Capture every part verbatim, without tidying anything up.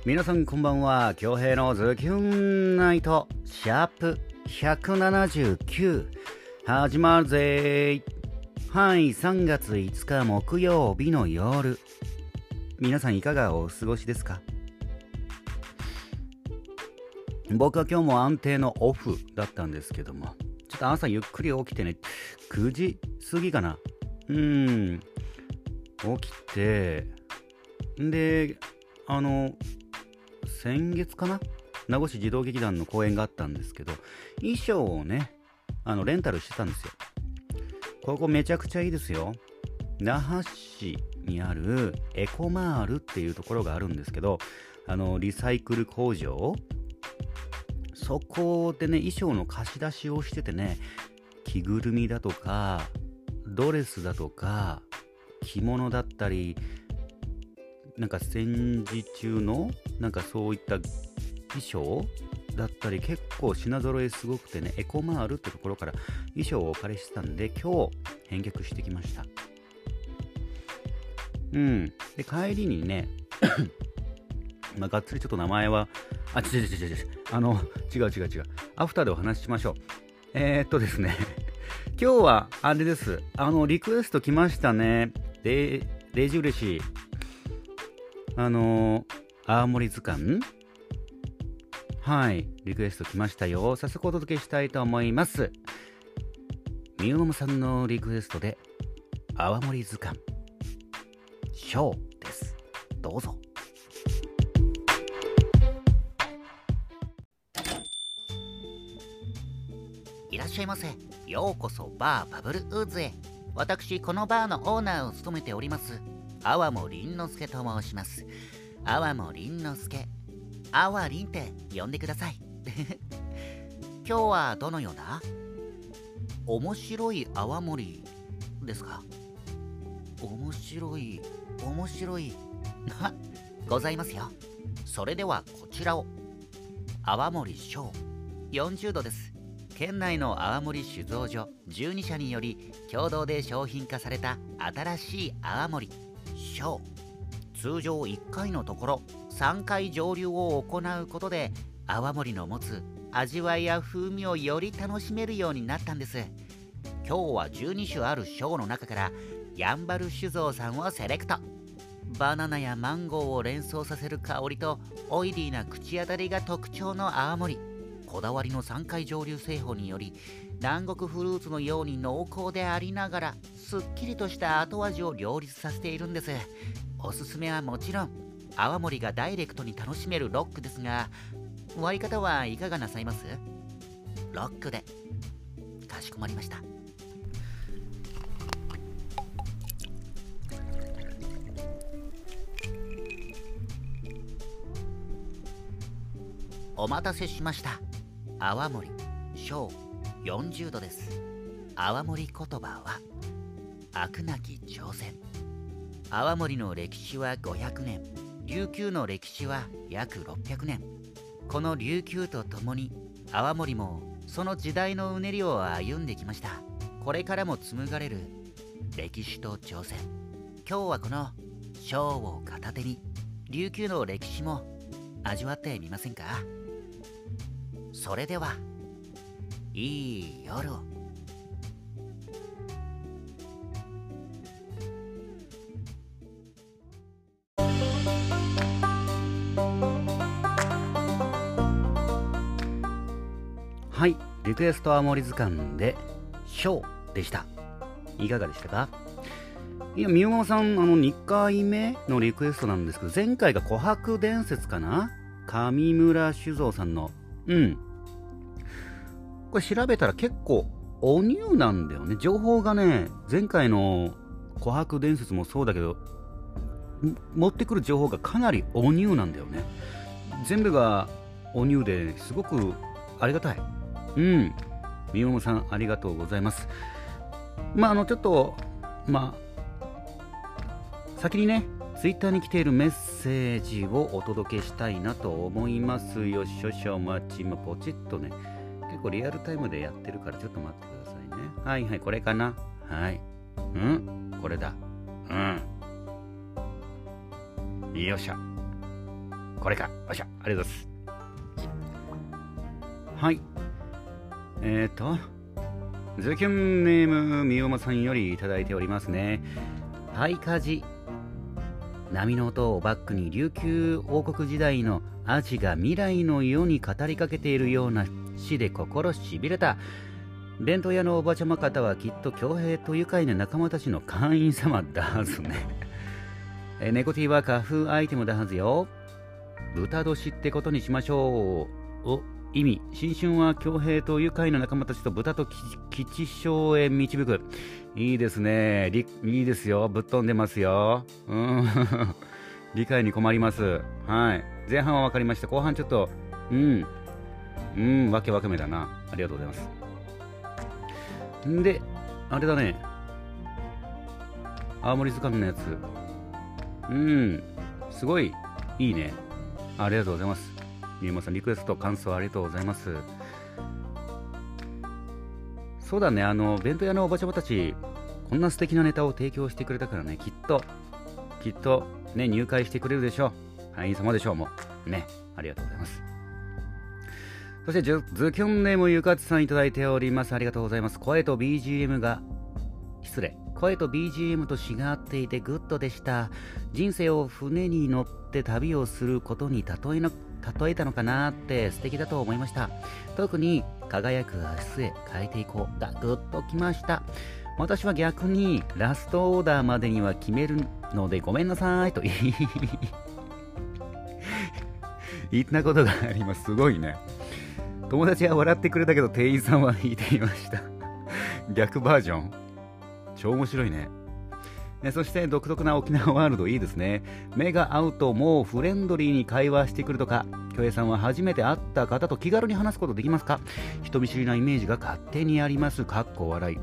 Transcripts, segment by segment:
皆さんこんばんは。恭平のズキュンナイトシャープひゃくななじゅうきゅう始まるぜ。はい、さんがついつか木曜日の夜、皆さんいかがお過ごしですか？僕は今日も安定のオフだったんですけども、ちょっと朝ゆっくり起きてね、くじ過ぎかな、うーん起きて、であの先月かな、名護市児童劇団の公演があったんですけど、衣装をねあのレンタルしてたんですよ。ここめちゃくちゃいいですよ。那覇市にあるエコマールっていうところがあるんですけど、あのリサイクル工場、そこでね衣装の貸し出しをしててね、着ぐるみだとかドレスだとか着物だったり、なんか戦時中のなんかそういった衣装だったり、結構品揃えすごくてね、エコマールってところから衣装をお借りしてたんで、今日返却してきました。うんで帰りにねまあがっつりちょっと名前はあ違う違う違う違うあの違う違う違うアフターでお話ししましょう。えー、っとですね今日はあれです、あのリクエスト来ましたね。でデージ嬉しい。あの青森図鑑、はいリクエスト来ましたよ。早速お届けしたいと思います。みゆももさんのリクエストで青森図鑑ショーです。どうぞ。 いらっしゃいませ。ようこそバーバブルウッズへ。私このバーのオーナーを務めております阿波も凛之助と申します。阿波も凛之助、あわりんって呼んでください今日はどのような面白い泡盛ですか？面白い面白いございますよ。それではこちらを。泡盛小よんじゅうどです。県内の泡盛酒造所じゅうにしゃにより共同で商品化された新しい泡盛小。通常いっかいのところさんかい蒸留を行うことで、泡盛の持つ味わいや風味をより楽しめるようになったんです。今日はじゅうにしゅある小の中からやんばる酒造さんをセレクト。バナナやマンゴーを連想させる香りとオイリーな口当たりが特徴の泡盛。こだわりのさんかい蒸留製法により、南国フルーツのように濃厚でありながらすっきりとした後味を両立させているんです。おすすめはもちろん泡盛がダイレクトに楽しめるロックですが、割り方はいかがなさいます？ロックで。かしこまりました。お待たせしました。泡盛小よんじゅうどです。泡盛言葉は飽くなき挑戦。泡盛の歴史はごひゃくねん、琉球の歴史は約ろっぴゃくねん。この琉球とともに泡盛もその時代のうねりを歩んできました。これからも紡がれる歴史と挑戦。今日はこの小を片手に琉球の歴史も味わってみませんか？それではいい夜を。 はいリクエスト青森図鑑でショーでした。いかがでしたか？いやみゆももさん、あのにかいめのリクエストなんですけど、前回が琥珀伝説かな、上村酒造さんの、うんこれ調べたら結構おニューなんだよね、情報がね。前回の琥珀伝説もそうだけど、持ってくる情報がかなりおニューなんだよね。全部がおニューですごくありがたい。うんみゆももさんありがとうございます。まああのちょっとまあ先にねツイッターに来ているメッセージをお届けしたいなと思います。よっしょしょ待ち、今ポチッとね結構リアルタイムでやってるからちょっと待ってくださいね。はいはいこれかな、はいうんこれだ、うんよっしゃ。 これか。よっしゃ、ありがとうございます。はい。えっ、ー、と、ズキュンネームみおまさんよりいただいておりますね。パイカジ。波の音をバックに琉球王国時代のアジが未来の世に語りかけているような詩で心しびれた。弁当屋のおばちゃま方はきっと恭平と愉快な仲間たちの会員様だはずね。え猫 T は花粉アイテムだはずよ。豚年ってことにしましょう。お、意味、新春は恭平と愉快な仲間たちと豚と吉祥へ導く。いいですね。いいですよ。ぶっ飛んでますよ。うん。理解に困ります。はい。前半は分かりました。後半ちょっと、うん。うん、わけわかめだな。ありがとうございます。んで、あれだね。青森図鑑のやつ。うん。すごい、いいね。ありがとうございます。みゆまさん、リクエスト、感想ありがとうございます。そうだね、あの、弁当屋のおばちゃまたち、こんな素敵なネタを提供してくれたからね、きっと、きっと、ね、入会してくれるでしょう。会員様でしょう、もう。ね、ありがとうございます。そして、ズキュンネームゆかつさんいただいております。ありがとうございます。声と ビージーエム が、失礼。声と ビージーエム と詩が合っていてグッドでした。人生を船に乗って旅をすることに例えの例えたのかなって素敵だと思いました。特に輝く明日へ変えていこうがグッときました。私は逆にラストオーダーまでには決めるのでごめんなさいと言ったことがあります。すごいね。友達は笑ってくれたけど店員さんは言っていました。逆バージョン超面白いね。そして独特な沖縄ワールドいいですね。目が合うともうフレンドリーに会話してくるとか。京平さんは初めて会った方と気軽に話すことできますか？人見知りなイメージが勝手にあります。かっこ笑い。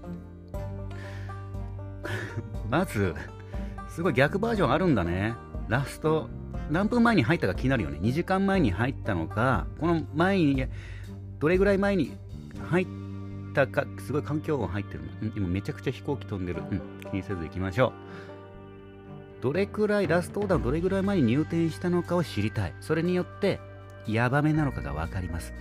まずすごい逆バージョンあるんだね。ラスト何分前に入ったか気になるよね。にじかんまえに入ったのか、この前にどれぐらい前に入ったか。すごい環境音入ってるの。今めちゃくちゃ飛行機飛んでる。うん、気にせず行きましょう。どれくらいラストオーダーどれぐらい前に入店したのかを知りたい。それによってヤバめなのかが分かります。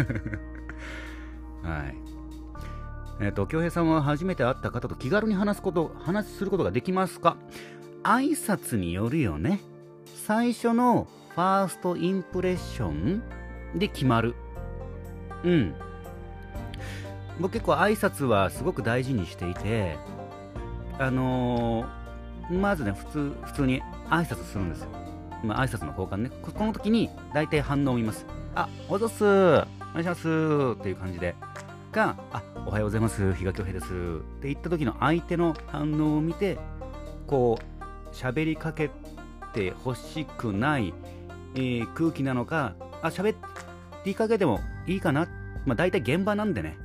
はい。えっと京平さんは初めて会った方と気軽に話すこと話することができますか？挨拶によるよね。最初のファーストインプレッションで決まる。うん。僕結構挨拶はすごく大事にしていて、あのー、まずね普通普通に挨拶するんですよ。まあ挨拶の交換ね。この時に大体反応を見ます。あ、おざっす、お願いしますっていう感じで、が、あ、おはようございます、比嘉恭平ですって言った時の相手の反応を見て、こう喋りかけてほしくない、えー、空気なのか、あ、喋りかけてもいいかな。まあ大体現場なんでね。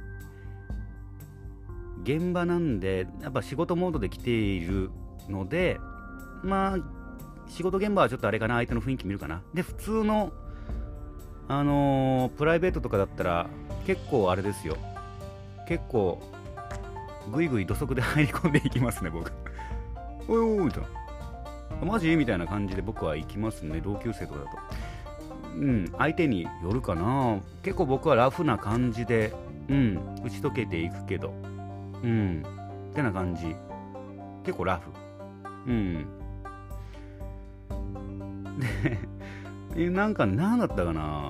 現場なんでやっぱ仕事モードで来ているので、まあ仕事現場はちょっとあれかな、相手の雰囲気見るかな。で普通のあのー、プライベートとかだったら結構あれですよ、結構ぐいぐい土足で入り込んでいきますね僕。おいおいみたいな、マジみたいな感じで僕は行きますね、同級生とかだと。うん、相手によるかな。結構僕はラフな感じで、うん、打ち解けていくけど、うん、ってな感じ。結構ラフ。うん。で、なんか何だったかな。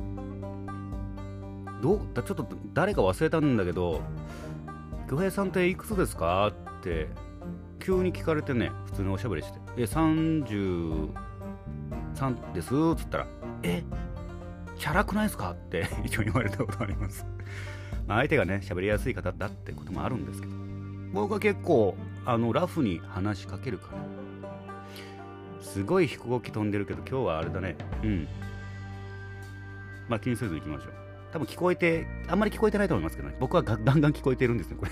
どうだ、ちょっと誰か忘れたんだけど、恭平さんっていくつですかって急に聞かれてね、普通におしゃべりして、え、さんじゅうさんですっつったら、え、チャラくないですかって一応言われたことあります。まあ相手がね、喋りやすい方だってこともあるんですけど、僕は結構あのラフに話しかけるから。すごい飛行機飛んでるけど今日はあれだね。うん。まあ気にせず行きましょう。多分聞こえて、あんまり聞こえてないと思いますけどね。僕はガンガン聞こえてるんですね、これ。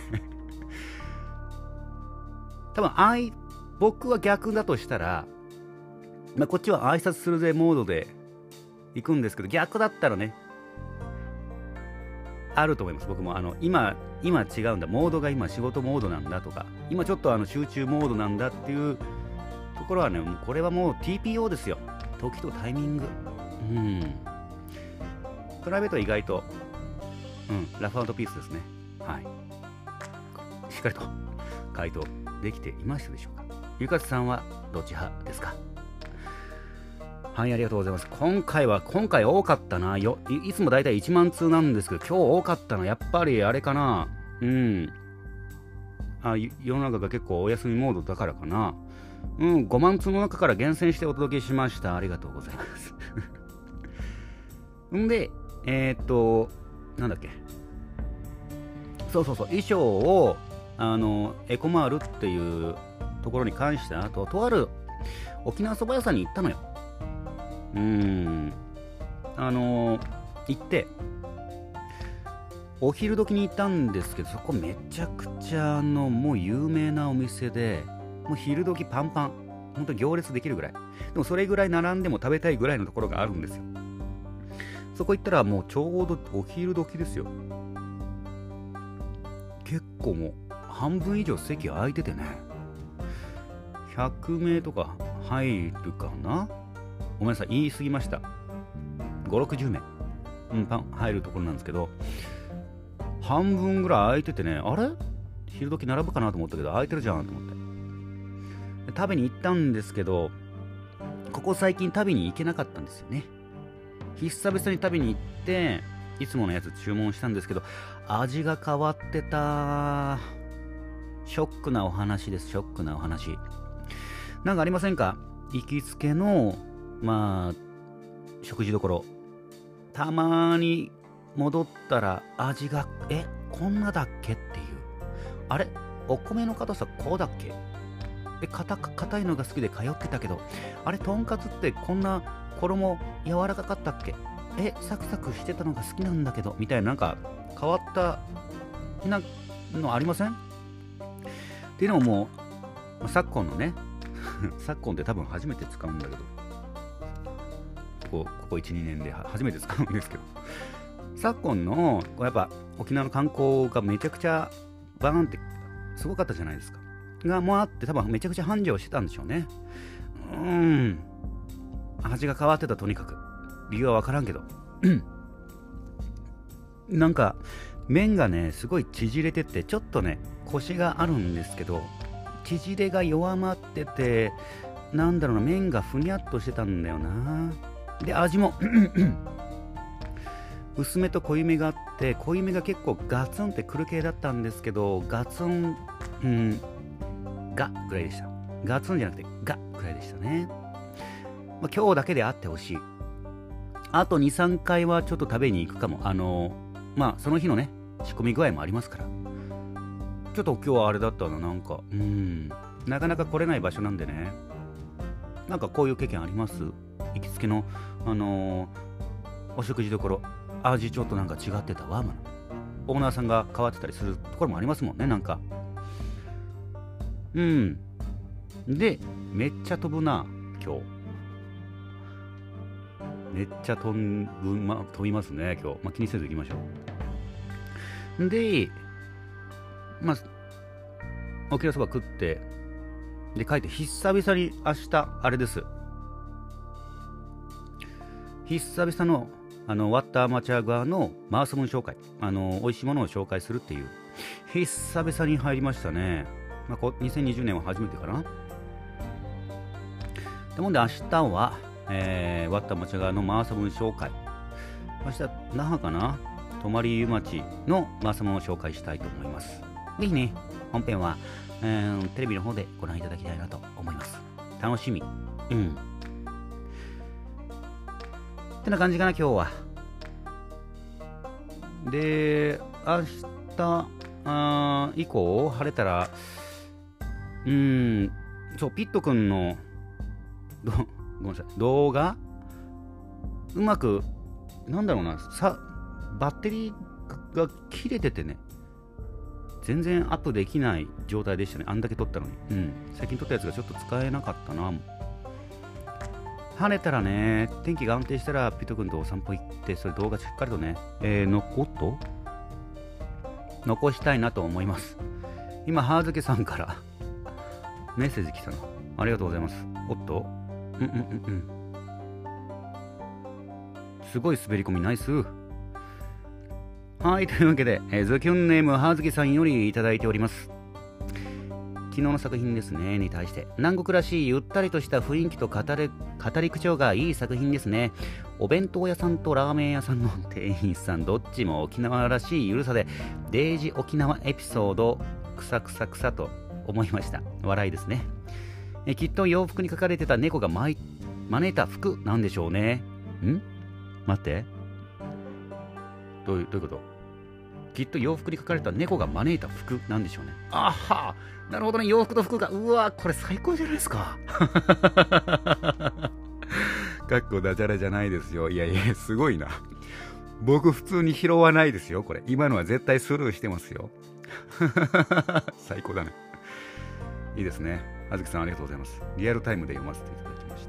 多分あい、僕は逆だとしたら、まあこっちは挨拶するぜモードで行くんですけど、逆だったらね、あると思います。僕もあの今今違うんだ、モードが今仕事モードなんだとか、今ちょっとあの集中モードなんだっていうところはね、もうこれはもう ティーピーオー ですよ。 時とタイミング。うん。プライベートは意外と、うん、ラフピースですね。はい。しっかりと回答できていましたでしょうか。ゆかつさんはどっち派ですか？はい、ありがとうございます。今回は、今回多かったな。よい, いつもだいたいいちまん通なんですけど、今日多かったな。やっぱりあれかな。うん。あ、世の中が結構お休みモードだからかな。うん、ごまん通の中から厳選してお届けしました。ありがとうございます。んで、えー、っと、なんだっけ。そうそうそう、衣装を、あの、エコマールっていうところに関して、あと、とある沖縄そば屋さんに行ったのよ。うーん。あの、行って、お昼時に行ったんですけど、そこめちゃくちゃ、あの、もう有名なお店で、もう昼時パンパン。ほんと行列できるぐらい。でもそれぐらい並んでも食べたいぐらいのところがあるんですよ。そこ行ったらもうちょうどお昼時ですよ。結構もう半分以上席空いててね。ひゃくめいとか入るかな？ごめんなさい、言い過ぎました。ご、ろくじゅうめい、うん、パン入るところなんですけど、半分ぐらい空いててね、あれ？昼時並ぶかなと思ったけど、空いてるじゃんと思って。食べに行ったんですけど、ここ最近食べに行けなかったんですよね。久々に食べに行って、いつものやつ注文したんですけど、味が変わってた。ショックなお話です、ショックなお話。なんかありませんか？行きつけの、まあ、食事どころ。たまに戻ったら味が、え、こんなだっけっていう。あれ？お米の硬さこうだっけ？え、硬硬いのが好きで通ってたけど、あれ、とんかつってこんな衣柔らかかったっけ？え、サクサクしてたのが好きなんだけど、みたいな、なんか変わったなのありません？っていうのももう、昨今のね、昨今って多分初めて使うんだけど、ここ、ここいち、にねんで初めて使うんですけど、昨今の、やっぱ沖縄の観光がめちゃくちゃバーンってすごかったじゃないですか。がもうあって多分めちゃくちゃ繁盛してたんでしょうね。うーん。味が変わってた、とにかく。理由はわからんけど。なんか、麺がね、すごい縮れてて、ちょっとね、コシがあるんですけど、縮れが弱まってて、なんだろうな、麺がふにゃっとしてたんだよな。で、味も、薄めと濃いめがあって、濃いめが結構ガツンってくる系だったんですけど、ガツン、うん、ガぐらいでした。ガツンじゃなくてガぐらいでしたね。まあ、今日だけであってほしい。あとに、さんかいはちょっと食べに行くかも。あのー、まあその日のね、仕込み具合もありますから。ちょっと今日はあれだったな、なんか、うーん、なかなか来れない場所なんでね。なんかこういう経験あります？行きつけの、あのー、お食事どころ、味ちょっとなんか違ってたわ、まあ、オーナーさんが変わってたりするところもありますもんね、なんか。うん。で、めっちゃ飛ぶな、今日。めっちゃ飛ぶ、ま、飛びますね、今日。まあ、気にせず行きましょう。で、まあ、沖縄そば食って、で、帰って久々に明日、あれです。久々の、あの、ワッターマチャー側のマースムン紹介。あの、美味しいものを紹介するっていう。久々に入りましたね。まあ、こにせんにじゅうねんは初めてかな。でもんで明日は、えー、ワッターマチャー側のマーサムン紹介。明日、那覇かな？泊湯町のマーサムンを紹介したいと思います。ぜひね、本編は、えー、テレビの方でご覧いただきたいなと思います。楽しみ。うん。ってな感じかな、今日は。で、明日あ以降、晴れたら、うーん、そう、ピット君の、ど、ごめんなさい、動画うまく、なんだろうな、さ、バッテリーが切れててね、全然アップできない状態でしたね。あんだけ撮ったのに。うん。最近撮ったやつがちょっと使えなかったな。晴れたらね、天気が安定したら、ピット君とお散歩行って、それ動画しっかりとね、えー、残っと残したいなと思います。今、ハーズケさんからメッセージ来たの。ありがとうございます。おっとうんうんうんうん。 すごい滑り込みナイス。はい、というわけで、えー、ズキュンネームはずきさんよりいただいております。昨日の作品ですねに対して、南国らしいゆったりとした雰囲気と語る語り口調がいい作品ですね。お弁当屋さんとラーメン屋さんの店員さんどっちも沖縄らしいゆるさで、デイジ沖縄エピソードくさくさくさと思いました。笑いですね。えきっと洋服に書かれてた猫が招いた服なんでしょうね。ん待ってどういう、どういうこと？きっと洋服に書かれた猫が招いた服なんでしょうね。あは、なるほどね。洋服と服が、うわ、これ最高じゃないですか。かっこダジャレじゃないですよ。いやいや、すごいな。僕普通に拾わないですよ。これ今のは絶対スルーしてますよ。最高だね。いいですね。あずきさんありがとうございます。リアルタイムで読ませていただきました。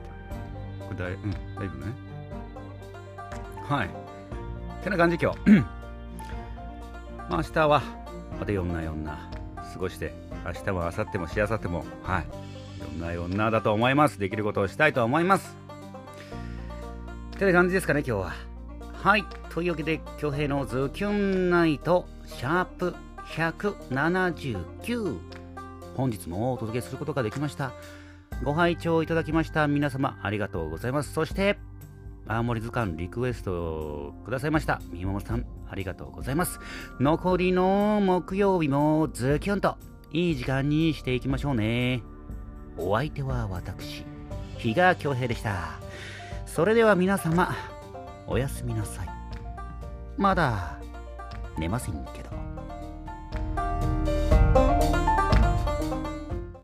これだい、うん、だいぶね。はい。てな感じ今日。まあ明日はまたいろんないろんな過ごして、明日も明後日もしあさっても、はい、いろんないろんなだと思います。できることをしたいと思います。てな感じですかね今日は。はい、というわけで恭平のズキュンナイトシャープひゃくななじゅうきゅう、本日もお届けすることができました。ご拝聴いただきました皆様ありがとうございます。そして青森図鑑リクエストをくださいましたみももさんありがとうございます。残りの木曜日もズキュンといい時間にしていきましょうね。お相手は私比嘉恭平でした。それでは皆様おやすみなさい。まだ寝ませんけど。